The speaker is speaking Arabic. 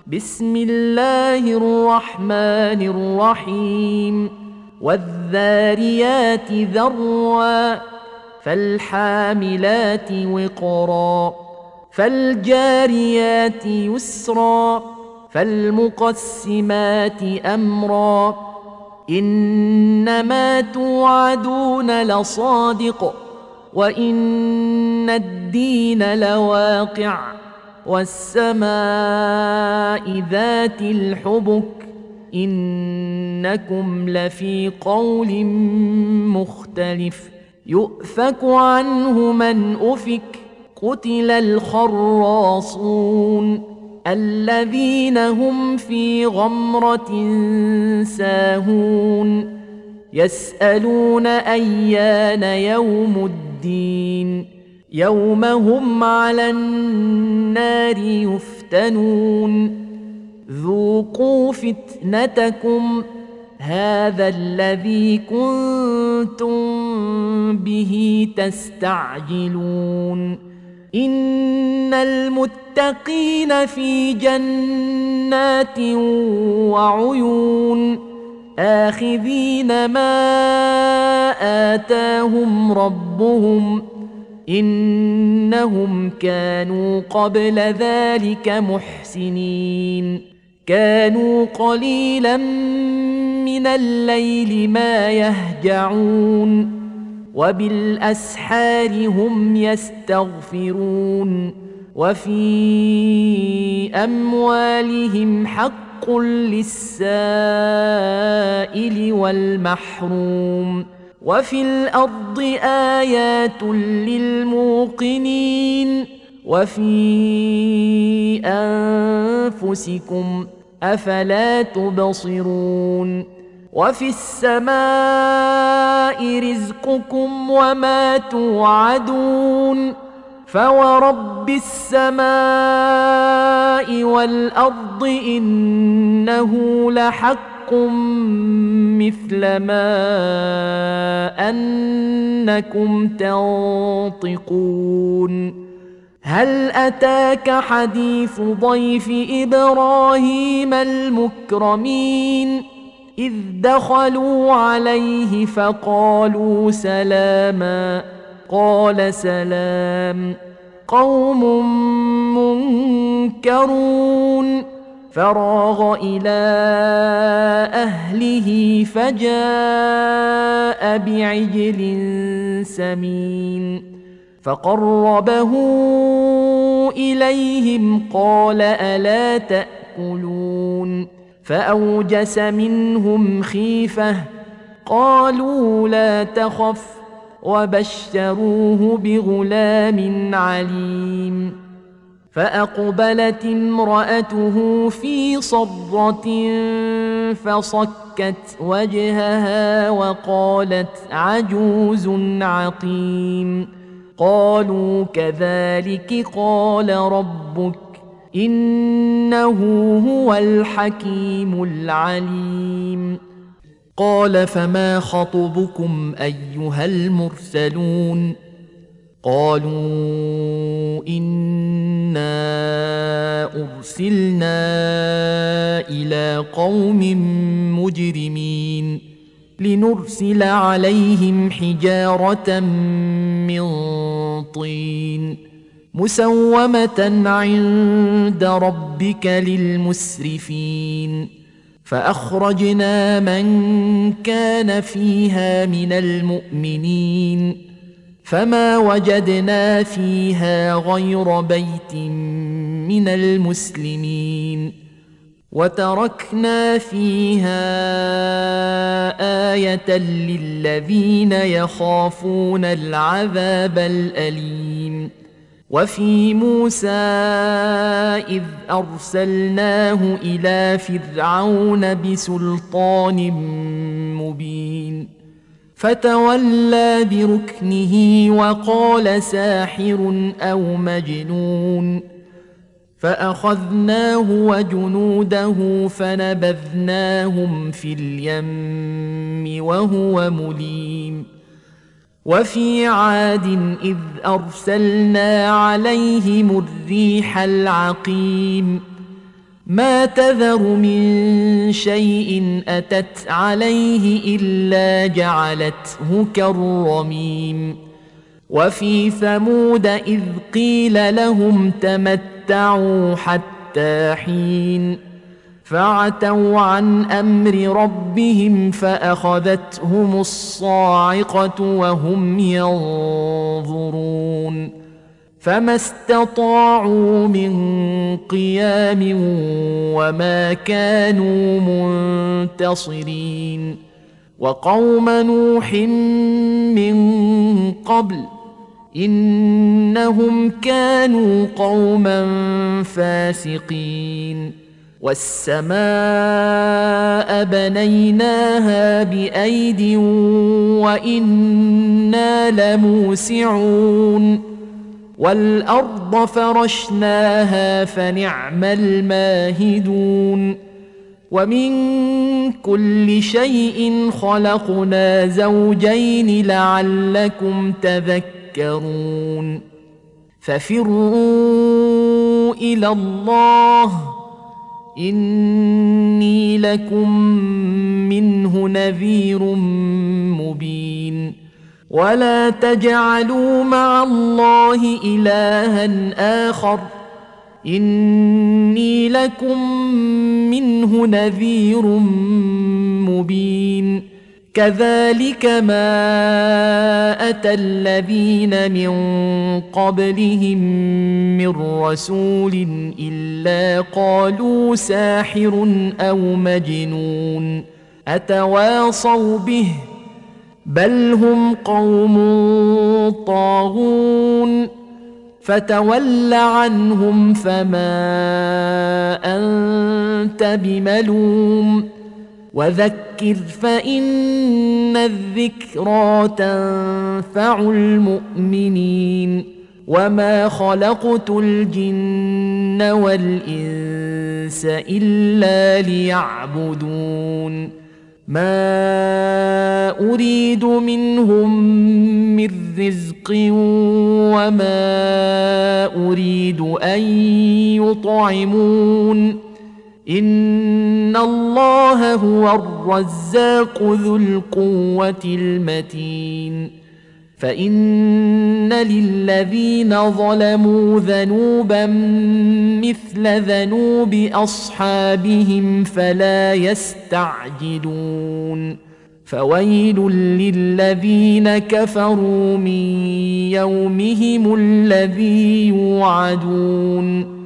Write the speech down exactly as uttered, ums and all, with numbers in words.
بسم الله الرحمن الرحيم والذاريات ذروا فالحاملات وقرا فالجاريات يسرا فالمقسمات أمرا إنما توعدون لصادق وإن الدين لواقع والسماء ذات الحبك إنكم لفي قول مختلف يؤفك عنه من أفك قتل الخراصون الذين هم في غمرة ساهون يسألون أيان يوم الدين يوم هم على النار يفتنون ذوقوا فتنتكم هذا الذي كنتم به تستعجلون إن المتقين في جنات وعيون آخذين ما آتاهم ربهم إنهم كانوا قبل ذلك محسنين كانوا قليلا من الليل ما يهجعون وبالأسحار هم يستغفرون وفي أموالهم حق للسائل والمحروم وفي الأرض آيات للموقنين وفي أنفسكم أفلا تبصرون وفي السماء رزقكم وما توعدون فورب السماء والأرض إنه لحق مثل ما أنكم تنطقون هل أتاك حديث ضيف إبراهيم المكرمين إذ دخلوا عليه فقالوا سلاما قال سلام قوم منكرون فراغ إلى أهله فجاء بعجل سمين فقربه إليهم قال ألا تأكلون فأوجس منهم خيفة قالوا لا تخف وبشروه بغلام عليم فأقبلت امرأته في صرة فصكت وجهها وقالت عجوز عقيم قالوا كذلك قال ربك إنه هو الحكيم العليم قال فما خطبكم أيها المرسلون قالوا إنا أرسلنا إلى قوم مجرمين لنرسل عليهم حجارة من طين مسومة عند ربك للمسرفين فأخرجنا من كان فيها من المؤمنين فما وجدنا فيها غير بيت من المسلمين وتركنا فيها آية للذين يخافون العذاب الأليم وفي موسى إذ أرسلناه إلى فرعون بسلطان مبين فتولى بركنه وقال ساحر أو مجنون فأخذناه وجنوده فنبذناهم في اليم وهو مليم وفي عاد إذ أرسلنا عليهم الريح العقيم ما تذر من شيء أتت عليه إلا جعلته كالرميم وفي ثمود إذ قيل لهم تمتعوا حتى حين فعتوا عن أمر ربهم فأخذتهم الصاعقة وهم ينظرون فما استطاعوا من قيام وما كانوا منتصرين وقوم نوح من قبل إنهم كانوا قوما فاسقين والسماء بنيناها بأيد وإنا لموسعون والأرض فرشناها فنعم الماهدون ومن كل شيء خلقنا زوجين لعلكم تذكرون ففروا إلى الله إني لكم منه نذير مبين ولا تجعلوا مع الله إلها آخر إني لكم منه نذير مبين كذلك ما أتى الذين من قبلهم من رسول إلا قالوا ساحر أو مجنون أتواصوا به بل هم قوم طاغون فتول عنهم فما أنت بملوم وذكر فإن الذكرى تنفع المؤمنين وما خلقت الجن والإنس إلا ليعبدون ما أريد منهم من رزق وما أريد أن يطعمون إن الله هو الرزاق ذو القوة المتين فإن للذين ظلموا ذنوبا مثل ذنوب أصحابهم فلا يستعجلون فويل للذين كفروا من يومهم الذي يوعدون